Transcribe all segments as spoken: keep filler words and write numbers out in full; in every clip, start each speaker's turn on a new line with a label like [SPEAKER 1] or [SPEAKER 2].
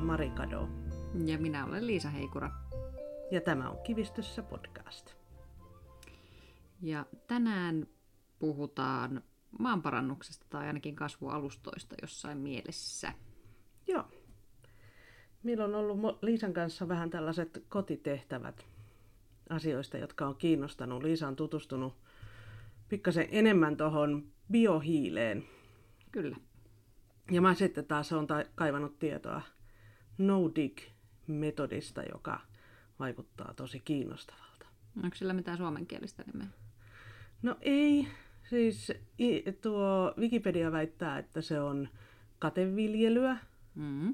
[SPEAKER 1] Mari Kado.
[SPEAKER 2] Ja minä olen Liisa Heikura.
[SPEAKER 1] Ja tämä on Kivistössä podcast.
[SPEAKER 2] Ja tänään puhutaan maanparannuksesta tai ainakin kasvualustoista jossain mielessä.
[SPEAKER 1] Joo. Meillä on ollut Liisan kanssa vähän tällaiset kotitehtävät asioista, jotka on kiinnostanut. Liisa on tutustunut pikkasen enemmän tuohon biohiileen.
[SPEAKER 2] Kyllä.
[SPEAKER 1] Ja mä sitten taas olen kaivannut tietoa no-dig-metodista, joka vaikuttaa tosi kiinnostavalta.
[SPEAKER 2] Onko sillä mitään suomenkielistä nimeä?
[SPEAKER 1] No ei. Siis tuo Wikipedia väittää, että se on kateviljelyä,
[SPEAKER 2] Mm-hmm.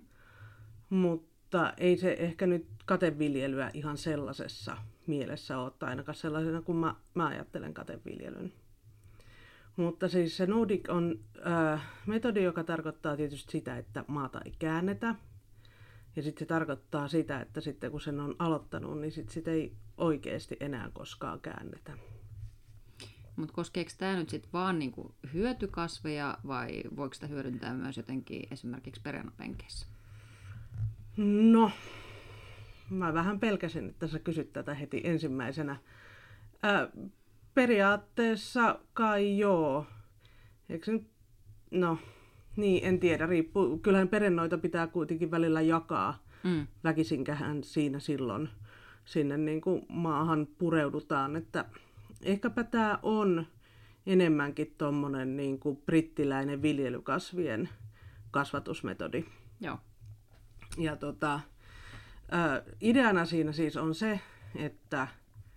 [SPEAKER 1] mutta ei se ehkä nyt kateviljelyä ihan sellaisessa mielessä ole, tai ainakaan sellaisena kuin mä, mä ajattelen kateviljelyn. Mutta siis se no-dig on äh, metodi, joka tarkoittaa tietysti sitä, että maata ei käännetä. Ja sitten se tarkoittaa sitä, että sitten kun sen on aloittanut, niin sitten sit ei oikeasti enää koskaan käännetä.
[SPEAKER 2] Mutta koskeeko tämä nyt sitten vaan niinku hyötykasveja vai voiko sitä hyödyntää myös jotenkin esimerkiksi peränopenkeissä?
[SPEAKER 1] No, mä vähän pelkäsin, että sä kysyt tätä heti ensimmäisenä. Ää, periaatteessa kai joo. Eikö nyt? No, niin, en tiedä. Riippuu. Kyllähän perennoita pitää kuitenkin välillä jakaa.
[SPEAKER 2] Mm.
[SPEAKER 1] Väkisinkähän siinä silloin sinne niin kuin maahan pureudutaan. Että ehkäpä tämä on enemmänkin tommonen niin kuin brittiläinen viljelykasvien kasvatusmetodi.
[SPEAKER 2] Joo.
[SPEAKER 1] Ja tota, ä, ideana siinä siis on se, että ä,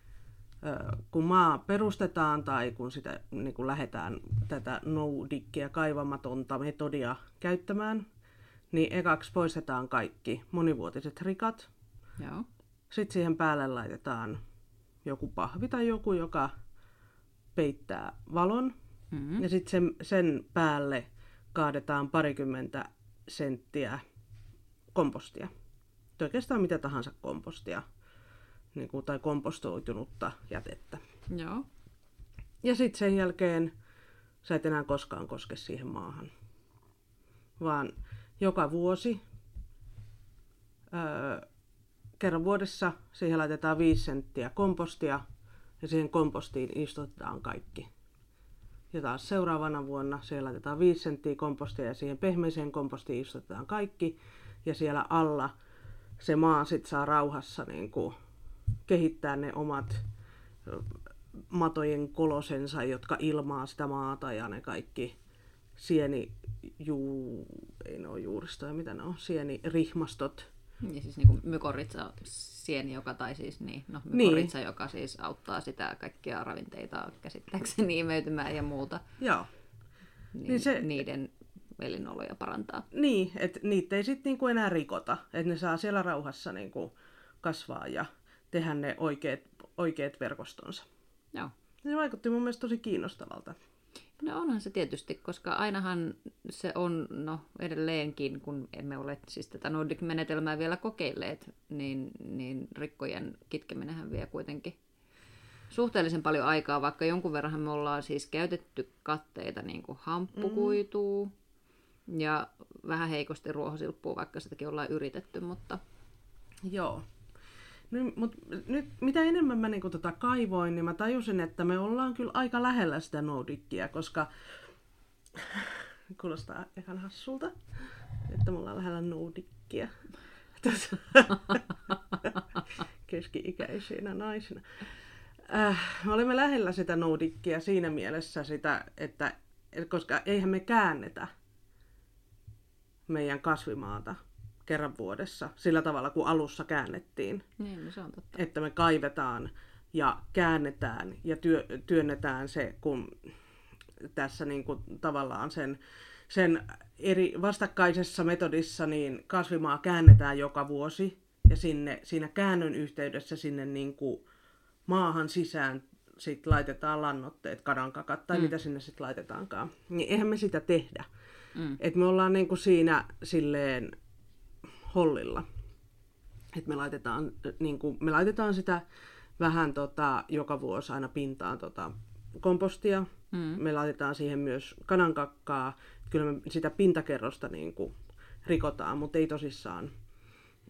[SPEAKER 1] kun maa perustetaan tai kun sitä niin kun lähdetään tätä no-digia kaivamatonta metodia käyttämään, niin ekaksi poistetaan kaikki monivuotiset rikat.
[SPEAKER 2] Joo.
[SPEAKER 1] Sitten siihen päälle laitetaan joku pahvi tai joku, joka peittää valon.
[SPEAKER 2] Mm-hmm.
[SPEAKER 1] Ja sitten sen, sen päälle kaadetaan parikymmentä senttiä kompostia. Oikeastaan mitä tahansa kompostia. Niin kuin, tai kompostoitunutta jätettä.
[SPEAKER 2] Joo.
[SPEAKER 1] Ja sitten sen jälkeen sä et enää koskaan koske siihen maahan. Vaan joka vuosi, öö, kerran vuodessa siihen laitetaan viisi senttiä kompostia. Ja siihen kompostiin istutetaan kaikki. Ja taas seuraavana vuonna siihen laitetaan viisi senttiä kompostia ja siihen pehmeiseen kompostiin istutetaan kaikki. Ja siellä alla se maa sit saa rauhassa niin kuin kehittää ne omat matojen kolosensa, jotka ilmaa sitä maata ja ne kaikki sieni, juu, ei ne ole juuristoja, mitä ne on, sienirihmastot.
[SPEAKER 2] Ja siis niin kuin mykorrhiza sieni, joka, tai siis niin, no mykorrhiza, niin. Joka siis auttaa sitä kaikkia ravinteita käsittääkseni imeytymään ja muuta.
[SPEAKER 1] Joo.
[SPEAKER 2] Niin,
[SPEAKER 1] niin se,
[SPEAKER 2] niiden elinoloja parantaa.
[SPEAKER 1] Niin, että niitä ei sitten niinku enää rikota, että ne saa siellä rauhassa niinku kasvaa ja tehdä ne oikeat, oikeat verkostonsa.
[SPEAKER 2] Joo.
[SPEAKER 1] Se vaikutti mun mielestä tosi kiinnostavalta.
[SPEAKER 2] No onhan se tietysti, koska ainahan se on, no edelleenkin, kun emme ole siis tätä no-dig-menetelmää vielä kokeilleet, niin, niin rikkojen kitkeminenhän vie kuitenkin suhteellisen paljon aikaa, vaikka jonkun verran me ollaan siis käytetty katteita niin kuin hamppukuitua mm. ja vähän heikosti ruohosilppua, vaikka sitäkin ollaan yritetty, mutta...
[SPEAKER 1] Joo. No, mut nyt mitä enemmän mä niinku tota kaivoin, niin mä tajusin, että me ollaan kyllä aika lähellä sitä no-digia, koska kuulostaa ihan hassulta, että me ollaan lähellä no-digia. Keski-ikäisinä naisina. Äh, me olemme lähellä sitä no-digia siinä mielessä sitä, että koska eihän me käännetä meidän kasvimaata kerran vuodessa, sillä tavalla kuin alussa käännettiin.
[SPEAKER 2] Niin, se on totta.
[SPEAKER 1] Että me kaivetaan ja käännetään ja työ, työnnetään se, kun tässä niin kuin tavallaan sen, sen eri vastakkaisessa metodissa niin kasvimaa käännetään joka vuosi ja sinne, siinä käännön yhteydessä sinne niin kuin maahan sisään sit laitetaan lannoitteet, kadankakat tai mm. mitä sinne sitten laitetaankaan. Niin eihän me sitä tehdä. Mm. Et me ollaan niin kuin siinä silleen hollilla. Et me, laitetaan, niin kuin, me laitetaan sitä vähän tota, joka vuosi aina pintaan tota, kompostia. Mm. Me laitetaan siihen myös kanankakkaa. Kyllä me sitä pintakerrosta niin kuin rikotaan, mutta ei tosissaan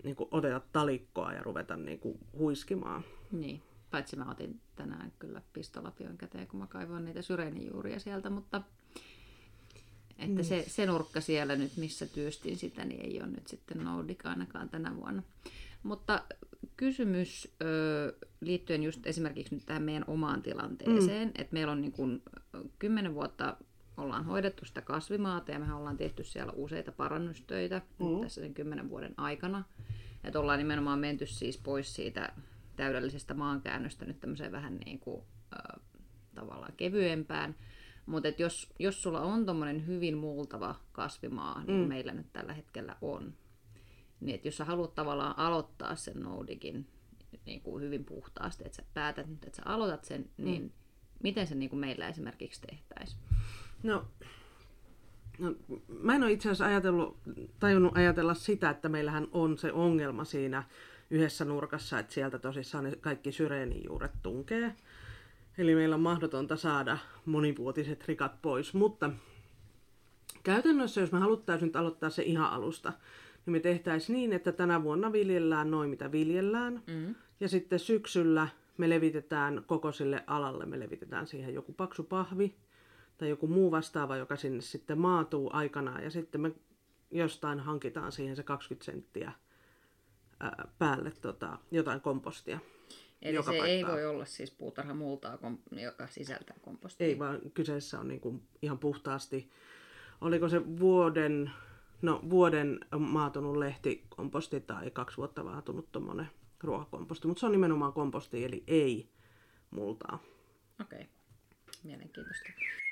[SPEAKER 1] niin kuin oteta talikkoa ja ruveta niin kuin huiskimaan.
[SPEAKER 2] Niin, paitsi mä otin tänään kyllä pistolapion käteen, kun mä kaivoin niitä syreenijuuria sieltä, mutta että se, se nurkka siellä nyt, missä työstin sitä, niin ei ole nyt sitten Nordic ainakaan tänä vuonna. Mutta kysymys ö, liittyen just esimerkiksi nyt tähän meidän omaan tilanteeseen, mm. että meillä on niin kuin kymmenen vuotta ollaan hoidettu sitä kasvimaata ja mehän ollaan tehty siellä useita parannustöitä mm. tässä sen kymmenen vuoden aikana. Että ollaan nimenomaan menty siis pois siitä täydellisestä maankäännöstä nyt tämmöiseen vähän niin kuin ö, tavallaan kevyempään. Mutta jos, jos sulla on tommonen hyvin muultava kasvimaa, niin kuin mm. meillä nyt tällä hetkellä on, niin että jos sä haluat tavallaan aloittaa sen Nordicin niin kuin hyvin puhtaasti, että sä päätät nyt, että sä aloitat sen, niin mm. miten se niin kuin meillä esimerkiksi tehtäisiin?
[SPEAKER 1] No, no, mä en ole itse asiassa ajatellut, tajunnut ajatella sitä, että meillähän on se ongelma siinä yhdessä nurkassa, että sieltä tosissaan ne kaikki syreenijuuret tunkee. Eli meillä on mahdotonta saada monivuotiset rikat pois, mutta käytännössä, jos me haluttaisiin nyt aloittaa se ihan alusta, niin me tehtäisiin niin, että tänä vuonna viljellään noin mitä viljellään. Mm. Ja sitten syksyllä me levitetään koko sille alalle, me levitetään siihen joku paksu pahvi tai joku muu vastaava, joka sinne sitten maatuu aikanaan. Ja sitten me jostain hankitaan siihen se kaksikymmentä senttiä ää, päälle tota, jotain kompostia.
[SPEAKER 2] Eli se paikkaan. Ei voi olla siis puutarhamultaa, joka sisältää kompostia?
[SPEAKER 1] Ei, vaan kyseessä on niin kuin ihan puhtaasti, oliko se vuoden, no, vuoden maatunut lehtikomposti tai kaksi vuotta maatunut tuommoinen ruohakomposti, mutta se on nimenomaan komposti, eli ei multaa.
[SPEAKER 2] Okei, okay. Mielenkiintoista.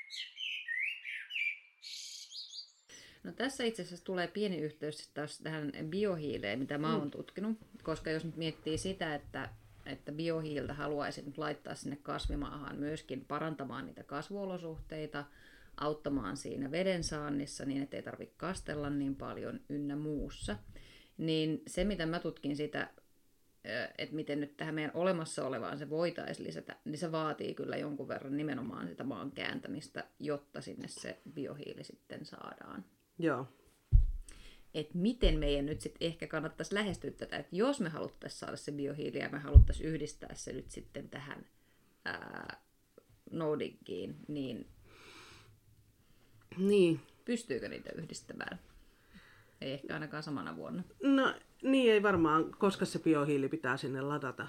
[SPEAKER 2] No tässä itse asiassa tulee pieni yhteys taas tähän biohiileen, mitä mä oon mm. tutkinut, koska jos nyt miettii sitä, että että biohiiltä haluaisi nyt laittaa sinne kasvimaahan myöskin parantamaan niitä kasvuolosuhteita, auttamaan siinä veden saannissa niin, ettei tarvitse kastella niin paljon ynnä muussa. Niin se, mitä mä tutkin sitä, että miten nyt tähän meidän olemassa olevaan se voitaisiin lisätä, niin se vaatii kyllä jonkun verran nimenomaan sitä maan kääntämistä, jotta sinne se biohiili sitten saadaan.
[SPEAKER 1] Joo.
[SPEAKER 2] Että miten meidän nyt sitten ehkä kannattaisi lähestyä tätä, että jos me haluttaisiin saada se biohiili ja me haluttaisiin yhdistää se nyt sitten tähän ää, Nordiciin, niin,
[SPEAKER 1] niin
[SPEAKER 2] pystyykö niitä yhdistämään? Ei ehkä ainakaan samana vuonna.
[SPEAKER 1] No niin ei varmaan, koska se biohiili pitää sinne ladata.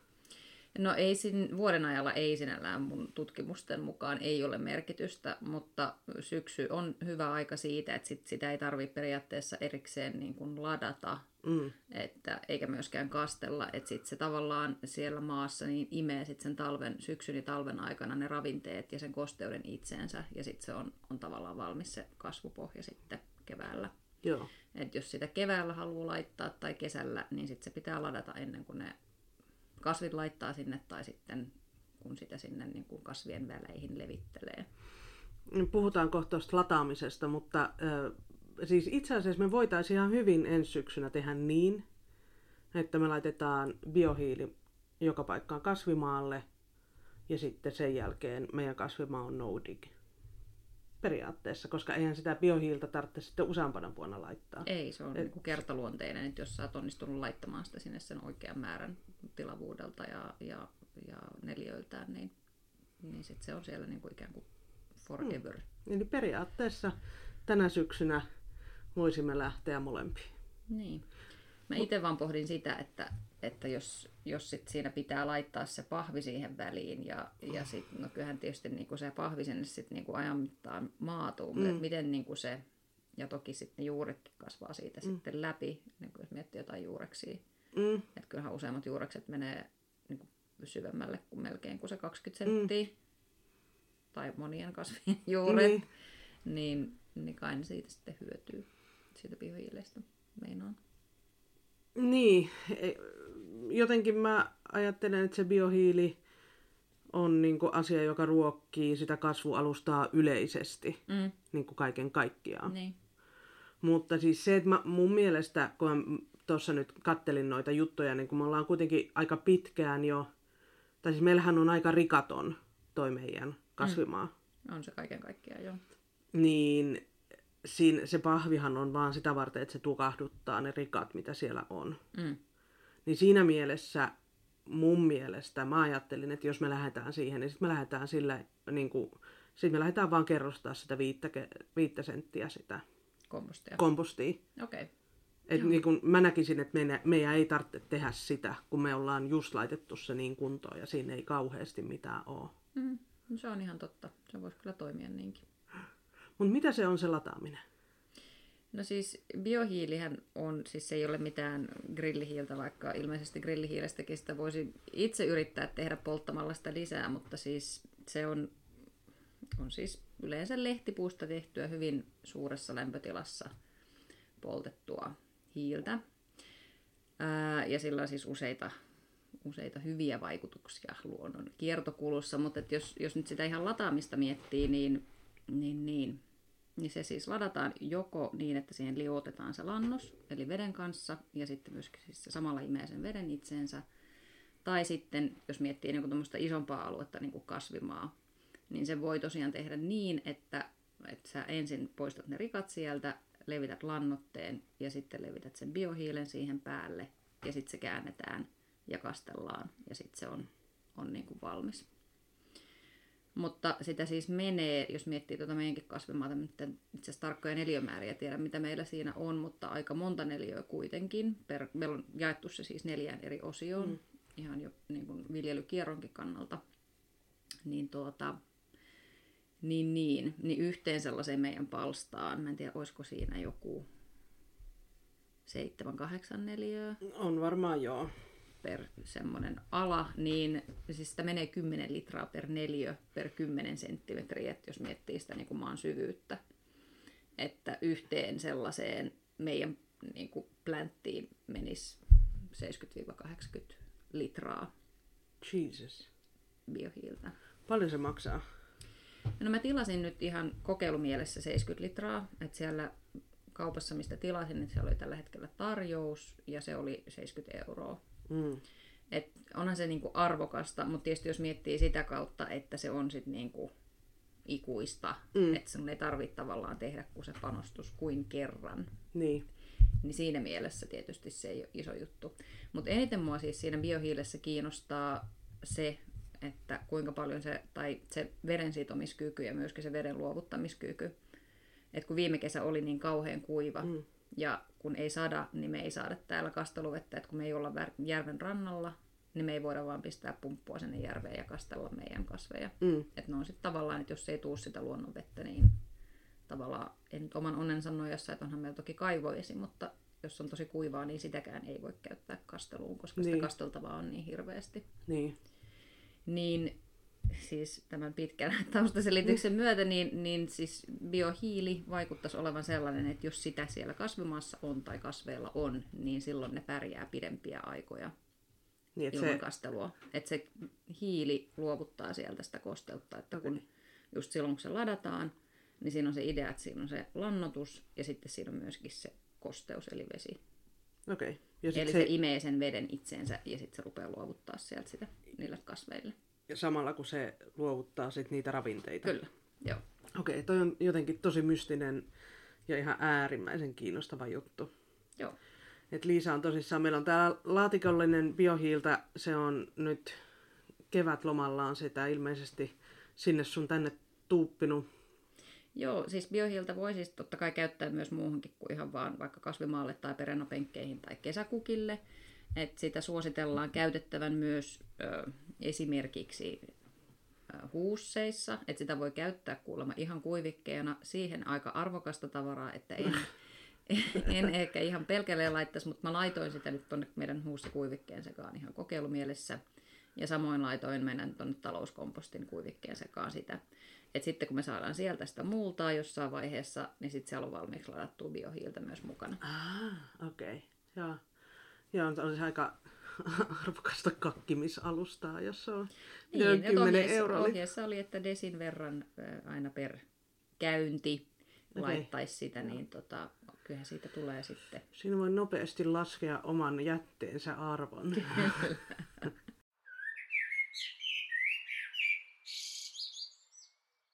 [SPEAKER 2] No ei sin, vuoden ajalla ei sinällään mun tutkimusten mukaan ei ole merkitystä, mutta syksy on hyvä aika siitä, että sit sitä ei tarvitse periaatteessa erikseen niin kuin ladata, mm. että, eikä myöskään kastella, että sit se tavallaan siellä maassa niin imee sit sen talven, syksyn ja talven aikana ne ravinteet ja sen kosteuden itseensä, ja sitten se on, on tavallaan valmis se kasvupohja sitten keväällä.
[SPEAKER 1] Joo.
[SPEAKER 2] Et jos sitä keväällä haluaa laittaa tai kesällä, niin sitten se pitää ladata ennen kuin ne kasvit laittaa sinne tai sitten kun sitä sinne niin kuin kasvien väleihin levittelee.
[SPEAKER 1] Puhutaan kohta tuosta lataamisesta, mutta äh, siis itse asiassa me voitaisiin ihan hyvin ensi syksynä tehdä niin, että me laitetaan biohiili joka paikkaan kasvimaalle ja sitten sen jälkeen meidän kasvimaa on Nordic. Periaatteessa, koska eihän sitä biohiiltä tarvitse sitten useampana vuonna laittaa.
[SPEAKER 2] Ei, se on Et... niin kertaluonteinen, että jos sä oot onnistunut laittamaan sitä sinne sen oikean määrän tilavuudelta ja, ja, ja neliöiltään, niin, niin sit se on siellä niin kuin ikään kuin forever.
[SPEAKER 1] Hmm. Eli periaatteessa tänä syksynä voisimme lähteä molempiin.
[SPEAKER 2] Niin. Mä itse vaan pohdin sitä, että, että jos, jos sit siinä pitää laittaa se pahvi siihen väliin ja, ja sit, no kyllähän tietysti niinku se pahvi sinne sit niinku ajan mittaan maatuu, mm. mutta miten niinku se, ja toki sitten juuretkin kasvaa siitä mm. sitten läpi, niin jos miettii jotain juureksia, mm. että kyllähän useimmat juurekset menee niinku syvemmälle kuin melkein kuin se kaksikymmentä senttiä, mm. tai monien kasvien juuret, mm. niin, niin kai ne siitä sitten hyötyy, siitä biohiilestä meinaan.
[SPEAKER 1] Niin, jotenkin mä ajattelen, että se biohiili on niin kuin asia, joka ruokkii sitä kasvualustaa yleisesti, mm. niin kuin kaiken kaikkiaan.
[SPEAKER 2] Niin.
[SPEAKER 1] Mutta siis se, että mä, mun mielestä, kun mä tuossa nyt kattelin noita juttuja, niin kun me ollaan kuitenkin aika pitkään jo, tai siis meillähän on aika rikaton toi meidän kasvimaa.
[SPEAKER 2] Mm. On se kaiken kaikkiaan, joo.
[SPEAKER 1] Niin siinä, se pahvihan on vaan sitä varten, että se tukahduttaa ne rikat, mitä siellä on.
[SPEAKER 2] Mm.
[SPEAKER 1] Niin siinä mielessä mun mielestä mä ajattelin, että jos me lähdetään siihen, niin sitten me lähdetään sillä, niin kuin, sit me lähdetään vaan kerrostaa sitä viittä, viittä senttiä sitä
[SPEAKER 2] Kompostia.
[SPEAKER 1] kompostia.
[SPEAKER 2] Okei. Okay.
[SPEAKER 1] Et niin kun mä näkisin, että meidän, meidän ei tarvitse tehdä sitä, kun me ollaan just laitettu se niin kuntoon ja siinä ei kauheasti mitään ole.
[SPEAKER 2] Mm. No se on ihan totta. Se voisi kyllä toimia niinkin.
[SPEAKER 1] Mutta mitä se on se lataaminen?
[SPEAKER 2] No siis biohiilihän on, siis se ei ole mitään grillihiiltä, vaikka ilmeisesti grillihiilestäkin sitä voisi itse yrittää tehdä polttamalla sitä lisää, mutta siis se on, on siis yleensä lehtipuusta tehtyä hyvin suuressa lämpötilassa poltettua hiiltä. Ää, ja sillä on siis useita, useita hyviä vaikutuksia luonnon kiertokulussa, mutta et jos, jos nyt sitä ihan lataamista miettii, niin, niin, niin niin se siis ladataan joko niin, että siihen liotetaan se lannos, eli veden kanssa, ja sitten myöskin siis se samalla imee sen veden itseensä. Tai sitten, jos miettii niin kuin isompaa aluetta, niin kuin kasvimaa, niin se voi tosiaan tehdä niin, että, että sä ensin poistat ne rikat sieltä, levität lannotteen, ja sitten levität sen biohiilen siihen päälle, ja sitten se käännetään ja kastellaan, ja sitten se on, on niin kuin valmis. Mutta sitä siis menee, jos miettii tuota meidänkin kasvimaata, nyt itse asiassa tarkkoja neliömääriä tiedä, mitä meillä siinä on, mutta aika monta neliöä kuitenkin. Per, meillä on jaettu se siis neljään eri osioon, mm. ihan jo niin kuin viljelykierronkin kannalta. Niin, tuota, niin, niin, niin yhteen sellaiseen meidän palstaan, mä en tiedä, olisiko siinä joku seitsemän, kahdeksan neliöä.
[SPEAKER 1] On varmaan joo.
[SPEAKER 2] Per semmoinen ala, niin siis sitä menee kymmenen litraa per neliö per kymmenen senttimetriä, että jos miettii sitä niin kuin maan syvyyttä. Että yhteen sellaiseen meidän niin kuin plänttiin menisi seitsemänkymmentä kahdeksankymmentä litraa
[SPEAKER 1] Jesus.
[SPEAKER 2] biohiiltä.
[SPEAKER 1] Paljon se maksaa?
[SPEAKER 2] No mä tilasin nyt ihan kokeilumielessä seitsemänkymmentä litraa, että siellä kaupassa mistä tilasin, niin siellä oli tällä hetkellä tarjous ja se oli seitsemänkymmentä euroa. Mm. Et onhan se niinku arvokasta, mutta tietysti jos miettii sitä kautta, että se on sit niinku ikuista, mm. että sun ei tarvitse tavallaan tehdä kuin se panostus kuin kerran.
[SPEAKER 1] Niin.
[SPEAKER 2] Niin siinä mielessä tietysti se ei ole iso juttu. Mutta eniten mua siis siinä biohiilessä kiinnostaa se, että kuinka paljon se, tai se veden sitomiskyky ja myöskin se veden luovuttamiskyky. Et kun viime kesä oli niin kauhean kuiva, mm. ja kun ei sada, niin me ei saada täällä kasteluvettä. Et kun me ei olla järven rannalla, niin me ei voida vaan pistää pumppua sinne järveen ja kastella meidän kasveja. Mm. Et ne on sitten tavallaan, että jos ei tuu sitä luonnonvettä, niin tavallaan, en nyt oman onnensa nojassa, että onhan meillä toki kaivovesi, mutta jos on tosi kuivaa, niin sitäkään ei voi käyttää kasteluun, koska niin. sitä kasteltavaa on niin hirveästi.
[SPEAKER 1] Niin.
[SPEAKER 2] Niin siis tämän pitkän taustaselityksen myötä, niin, niin siis biohiili vaikuttaisi olevan sellainen, että jos sitä siellä kasvimaassa on tai kasveilla on, niin silloin ne pärjää pidempiä aikoja niin, ilman se... kastelua. Että se hiili luovuttaa sieltä sitä kosteutta, että okay. kun just silloin kun se ladataan, niin siinä on se idea, että siinä on se lannotus ja sitten siinä on myöskin se kosteus eli vesi.
[SPEAKER 1] Okay.
[SPEAKER 2] Eli se... se imee sen veden itseensä ja sitten se rupeaa luovuttaa sieltä sitä niille kasveille.
[SPEAKER 1] Ja samalla kun se luovuttaa sit niitä ravinteita.
[SPEAKER 2] Kyllä, joo.
[SPEAKER 1] Okei, okay, toi on jotenkin tosi mystinen ja ihan äärimmäisen kiinnostava juttu.
[SPEAKER 2] Joo.
[SPEAKER 1] Et Liisa on tosissaan, meillä on täällä laatikollinen biohiiltä, se on nyt kevätlomallaan sitä ilmeisesti sinne sun tänne tuuppinut.
[SPEAKER 2] Joo, siis biohiiltä voi siis totta kai käyttää myös muuhunkin kuin ihan vaan vaikka kasvimaalle tai perennopenkkeihin tai kesäkukille. Et sitä suositellaan käytettävän myös ö, esimerkiksi ö, huusseissa, että sitä voi käyttää kuulemma ihan kuivikkeena siihen aika arvokasta tavaraa, että en, en ehkä ihan pelkäleen laittaisi, mutta mä laitoin sitä nyt tuonne meidän huussikuivikkeen sekaan ihan kokeilumielessä. Ja samoin laitoin meidän tuonne talouskompostin kuivikkeen sekaan sitä. Et sitten kun me saadaan sieltä sitä multaa jossain vaiheessa, niin sitten siellä on valmiiksi ladattua biohiiltä myös mukana.
[SPEAKER 1] Ah, okei. Okay. Joo. Joo, on olisi aika arvokasta kakkimisalustaa, jos on
[SPEAKER 2] niin, kymmenen euroa. Ohjeessa oli, että desin verran aina per käynti okay. laittaisi sitä, niin tota, kyllähän siitä tulee sitten.
[SPEAKER 1] Siinä voi nopeasti laskea oman jätteensä arvon.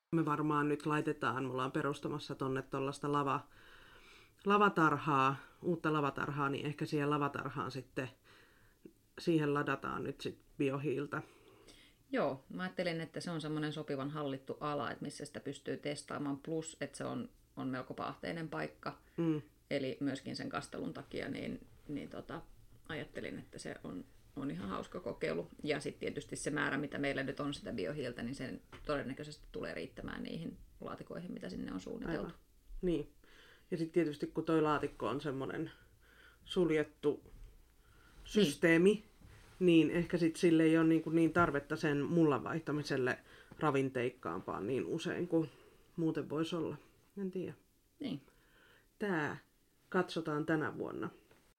[SPEAKER 1] Me varmaan nyt laitetaan, me ollaan perustamassa tonne tuollaista lava, lavatarhaa, uutta lavatarhaa, niin ehkä siihen lavatarhaan sitten, siihen ladataan nyt sitten biohiiltä.
[SPEAKER 2] Joo, mä ajattelin, että se on semmoinen sopivan hallittu ala, että missä sitä pystyy testaamaan, plus että se on, on melko paahteinen paikka. Mm. Eli myöskin sen kastelun takia niin, niin tota, ajattelin, että se on, on ihan hauska kokeilu. Ja sitten tietysti se määrä, mitä meillä nyt on sitä biohiiltä, niin sen todennäköisesti tulee riittämään niihin laatikoihin, mitä sinne on suunniteltu.
[SPEAKER 1] Aivan. Niin. Ja sitten tietysti kun toi laatikko on semmoinen suljettu systeemi, niin, niin ehkä sitten sille ei ole niin, niin tarvetta sen mullan vaihtamiselle ravinteikkaampaan niin usein kuin muuten voisi olla. En tiedä.
[SPEAKER 2] Niin.
[SPEAKER 1] Tää katsotaan tänä vuonna.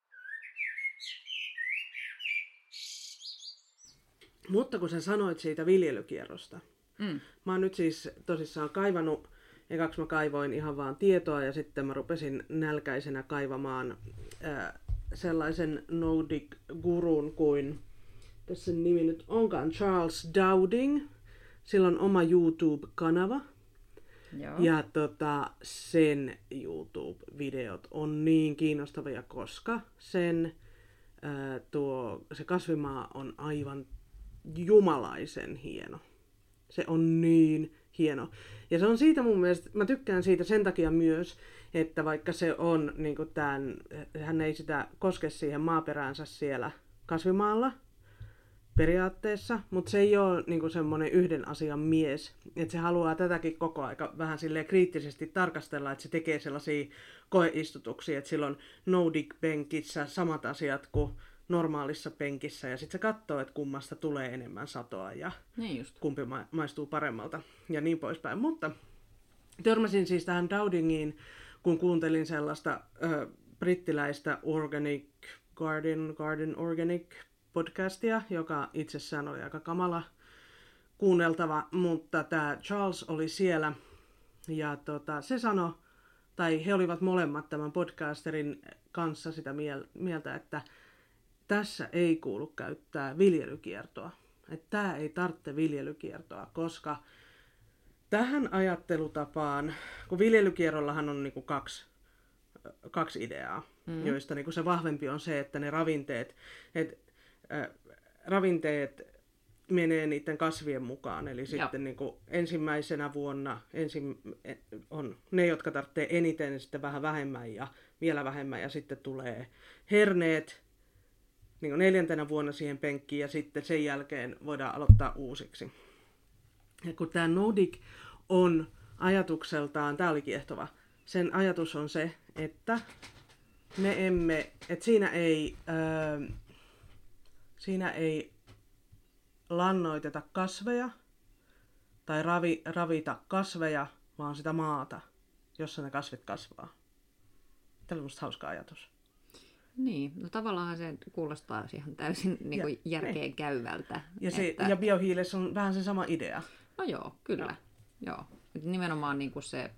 [SPEAKER 1] Mutta kun sä sanoit siitä viljelykierrosta, mm. mä oon nyt siis tosissaan kaivannut, ekaksi mä kaivoin ihan vaan tietoa ja sitten mä rupesin nälkäisenä kaivamaan ää, sellaisen Nordic-gurun kuin, tässä sen nimi nyt onkaan, Charles Dowding. Sillä on oma YouTube-kanava.
[SPEAKER 2] Joo.
[SPEAKER 1] Ja tota, sen YouTube-videot on niin kiinnostavia, koska sen, ää, tuo, se kasvimaa on aivan jumalaisen hieno. Se on niin hieno. Ja se on siitä mun mielestä, mä tykkään siitä sen takia myös, että vaikka se on, niin kuin tämän, hän ei sitä koske siihen maaperäänsä siellä kasvimaalla periaatteessa, mutta se ei ole niin kuin semmoinen yhden asian mies. Että se haluaa tätäkin koko aika vähän silleen kriittisesti tarkastella, että se tekee sellaisia koeistutuksia, että sillä on Nordic-penkissä samat asiat kuin normaalissa penkissä, ja sitten se katsoo, että kummasta tulee enemmän satoa ja
[SPEAKER 2] niin just.
[SPEAKER 1] Kumpi ma- maistuu paremmalta ja niin poispäin. Mutta törmäsin siis tähän Dowdingiin, kun kuuntelin sellaista ö, brittiläistä Organic Garden, Garden Organic podcastia, joka itsessään oli aika kamala kuunneltava, mutta tämä Charles oli siellä ja tota, se sanoi, tai he olivat molemmat tämän podcasterin kanssa sitä mieltä, että tässä ei kuulu käyttää viljelykiertoa. Että tämä ei tarvitse viljelykiertoa, koska tähän ajattelutapaan, kun viljelykierrollahan on niinku kaksi, kaksi ideaa, mm-hmm. joista niinku se vahvempi on se, että ne ravinteet, et, äh, ravinteet menee niiden kasvien mukaan. Eli sitten niinku ensimmäisenä vuonna ensin on ne, jotka tarvitsee eniten, sitten vähän vähemmän ja vielä vähemmän, ja sitten tulee herneet, niin kuin neljäntenä vuonna siihen penkkiin ja sitten sen jälkeen voidaan aloittaa uusiksi. Ja kun tämä Nordic on ajatukseltaan, tämä oli kiehtova, sen ajatus on se, että me emme, että siinä ei, äh, siinä ei lannoiteta kasveja tai ravi, ravita kasveja, vaan sitä maata, jossa ne kasvit kasvaa. Tämä on musta hauska ajatus.
[SPEAKER 2] Niin, no tavallaan se kuulostaa ihan täysin niin kuin ja, järkeen niin. käyvältä.
[SPEAKER 1] Ja, se, että... ja biohiilessä on vähän se sama idea.
[SPEAKER 2] No joo, kyllä. Joo. Joo. Nimenomaan niin kuin se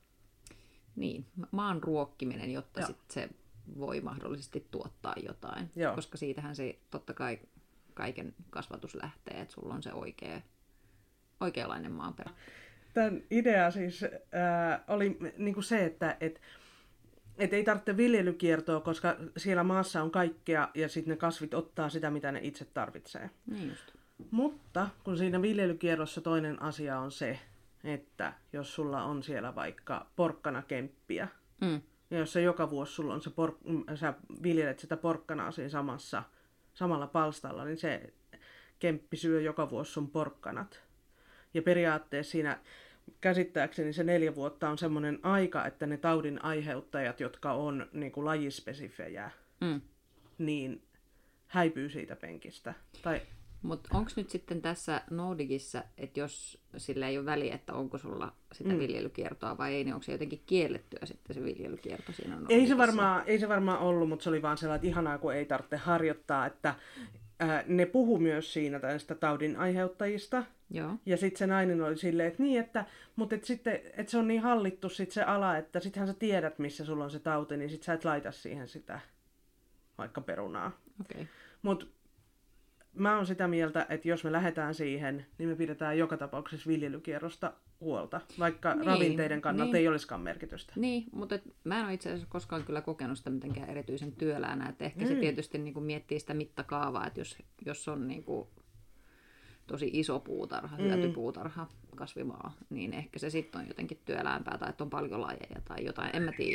[SPEAKER 2] niin, maan ruokkiminen, jotta sit se voi mahdollisesti tuottaa jotain. Joo. Koska siitähän se totta kai kaiken kasvatus lähtee, että sulla on se oikea, oikeanlainen maaperä.
[SPEAKER 1] Tämän idea siis äh, oli niin kuin se, että et, et ei tarvitse viljelykiertoa, koska siellä maassa on kaikkea ja sitten ne kasvit ottaa sitä, mitä ne itse tarvitsee.
[SPEAKER 2] Niin just.
[SPEAKER 1] Mutta kun siinä viljelykierrossa toinen asia on se, että jos sulla on siellä vaikka porkkanakemppiä, mm. ja jos se joka vuosi sulla on se por- sä viljelet sitä porkkanaa siinä samassa, samalla palstalla, niin se kemppi syö joka vuosi sun porkkanat. Ja periaatteessa siinä käsittääkseni se neljä vuotta on semmoinen aika, että ne taudin aiheuttajat, jotka on niin kuin lajispesifejä, mm. niin häipyy siitä penkistä. Tai...
[SPEAKER 2] Mutta onko nyt sitten tässä Nordicissa, että jos sillä ei ole väliä, että onko sulla sitä mm. viljelykiertoa vai ei, niin onko se jotenkin kiellettyä sitten se viljelykierto siinä
[SPEAKER 1] ei se, varmaan, ei se varmaan ollut, mutta se oli vaan sellainen, että ihanaa, kun ei tarvitse harjoittaa, että ää, ne puhu myös siinä tästä taudin aiheuttajista.
[SPEAKER 2] Joo.
[SPEAKER 1] Ja sitten se nainen oli silleen, että niin, että, mutta et sitten, että se on niin hallittu sit se ala, että sittenhän sä tiedät, missä sulla on se tauti, niin sit sä et laita siihen sitä vaikka perunaa.
[SPEAKER 2] Okay.
[SPEAKER 1] Mut mä oon sitä mieltä, että jos me lähdetään siihen, niin me pidetään joka tapauksessa viljelykierrosta huolta, vaikka niin, ravinteiden kannalta niin, ei olisikaan merkitystä.
[SPEAKER 2] Niin, mutta et, mä en ole itse asiassa koskaan kyllä kokenut sitä mitenkään erityisen työläänä. Et ehkä mm. se tietysti niin kuin miettii sitä mittakaavaa, että jos, jos on niin kuin tosi iso puutarha, mm. hyötypuutarha, kasvimaa, niin ehkä se sitten on jotenkin työläämpää tai että on paljon lajeja tai jotain, en mä tiedä.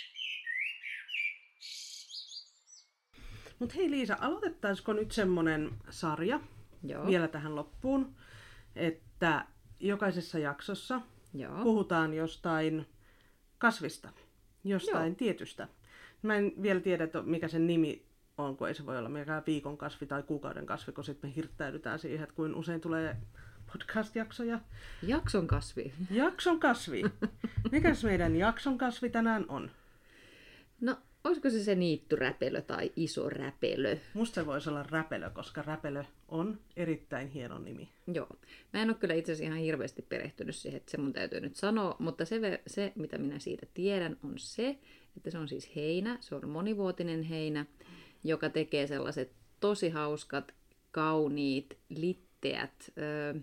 [SPEAKER 1] Mutta hei Liisa, aloitettaisiko nyt semmoinen sarja
[SPEAKER 2] Joo.
[SPEAKER 1] vielä tähän loppuun, että jokaisessa jaksossa
[SPEAKER 2] Joo.
[SPEAKER 1] puhutaan jostain kasvista, jostain Joo. tietystä. Mä en vielä tiedä, että mikä sen nimi on, kun ei se voi olla mikään viikon kasvi tai kuukauden kasvi, kun sitten me hirttäydytään siihen, että kuin usein tulee podcast-jaksoja.
[SPEAKER 2] Jakson kasvi.
[SPEAKER 1] Jakson kasvi. Mikäs meidän jakson kasvi tänään on?
[SPEAKER 2] No, olisiko se se niittyräpelö tai iso räpelö?
[SPEAKER 1] Musta se voisi olla räpelö, koska räpelö on erittäin hieno nimi.
[SPEAKER 2] Joo. Mä en ole kyllä itse asiassa ihan hirveästi perehtynyt siihen, että se mun täytyy nyt sanoa, mutta se, se, mitä minä siitä tiedän, on se, että se on siis heinä, se on monivuotinen heinä, joka tekee sellaiset tosi hauskat, kauniit, litteät, öö,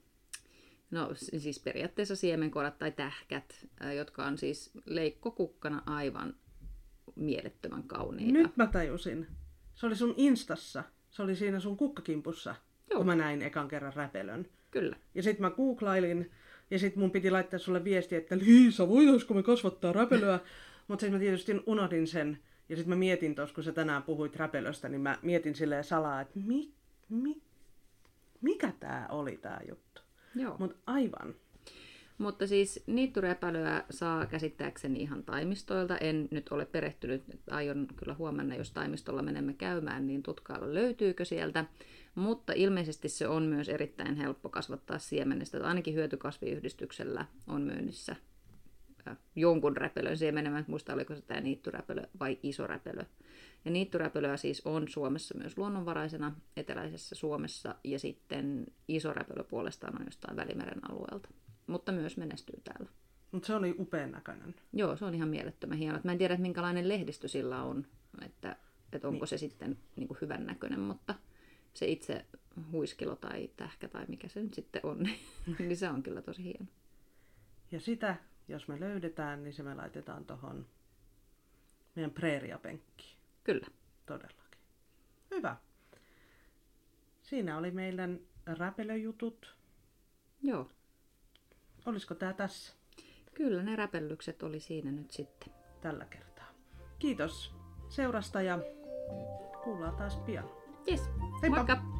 [SPEAKER 2] no siis periaatteessa siemenkorat tai tähkät, öö, jotka on siis leikkokukkana aivan mielettömän kauniita.
[SPEAKER 1] Nyt mä tajusin. Se oli sun Instassa. Se oli siinä sun kukkakimpussa, Joo. kun mä näin ekan kerran räpelön.
[SPEAKER 2] Kyllä.
[SPEAKER 1] Ja sit mä googlailin, ja sit mun piti laittaa sulle viesti, että Liisa, voitaisko me kasvattaa räpelöä? Mutta sit mä tietysti unohdin sen, ja sit mä mietin tuossa, kun sä tänään puhuit räpelöstä, niin mä mietin silleen salaa, että mi, mi, mikä tää oli tää juttu.
[SPEAKER 2] Joo.
[SPEAKER 1] Mut aivan.
[SPEAKER 2] Mutta siis niittyräpälöä saa käsittääkseni ihan taimistoilta. En nyt ole perehtynyt, että aion kyllä huomenna, jos taimistolla menemme käymään, niin tutkailla löytyykö sieltä. Mutta ilmeisesti se on myös erittäin helppo kasvattaa siemenestä. Ainakin hyötykasviyhdistyksellä on myynnissä jonkun räpelön siemenen. Mä en muista, oliko se tämä niittyräpelö vai iso räpelö. Ja niittyräpelöä siis on Suomessa myös luonnonvaraisena, eteläisessä Suomessa, ja sitten iso räpelö puolestaan on jostain Välimeren alueelta. Mutta myös menestyy täällä.
[SPEAKER 1] Mutta se oli upean näköinen.
[SPEAKER 2] Joo, se on ihan mielettömän hieno. Mä en tiedä, että minkälainen lehdistö sillä on, että, että onko niin. se sitten niin kuin hyvän näköinen, mutta se itse huiskilo tai tähkä tai mikä se nyt sitten on, niin se on kyllä tosi hieno.
[SPEAKER 1] Ja sitä, jos me löydetään, niin se me laitetaan tuohon meidän preeriapenkkiin.
[SPEAKER 2] Kyllä.
[SPEAKER 1] Todellakin. Hyvä. Siinä oli meidän räpelöjutut.
[SPEAKER 2] Joo.
[SPEAKER 1] Olisiko tää tässä?
[SPEAKER 2] Kyllä, ne räpellykset oli siinä nyt sitten.
[SPEAKER 1] Tällä kertaa. Kiitos seurasta ja kuullaan taas pian.
[SPEAKER 2] Yes.
[SPEAKER 1] Heippa!
[SPEAKER 2] Moikka!